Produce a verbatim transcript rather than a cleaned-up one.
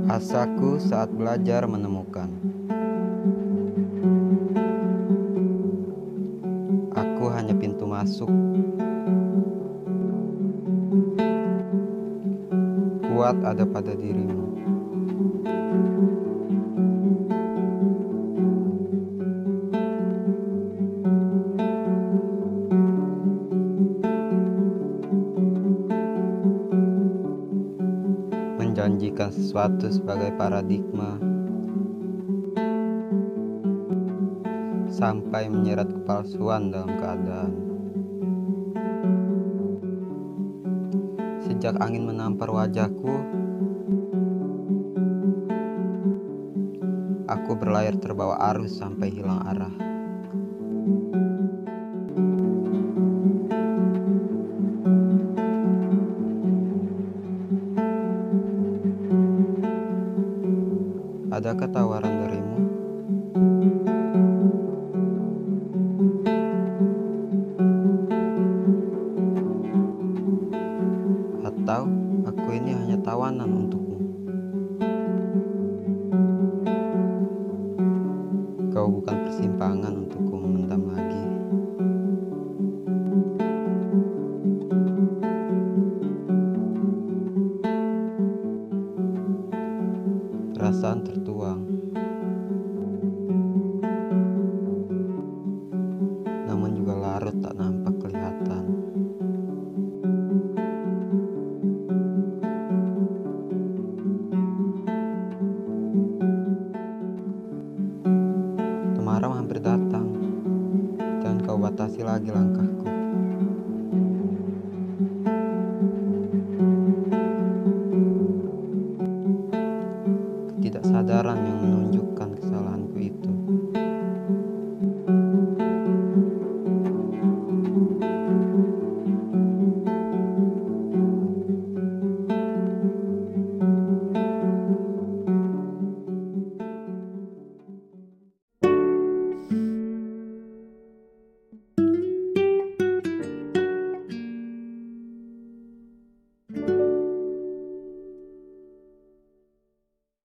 Asaku saat belajar menemukan. Aku hanya pintu masuk. Kuat ada pada dirimu. Menjanjikan sesuatu sebagai paradigma, sampai menyerat kepalsuan dalam keadaan. Sejak angin menampar wajahku, aku berlayar terbawa arus sampai hilang arah. Adakah tawaran darimu? Atau aku ini hanya tawanan untukmu? Kau bukan persimpangan untukku memendam lagi. Perasaan tertuang, namun juga larut tak nampak kelihatan. Temaram hampir datang, jangan kau batasi lagi langkahku.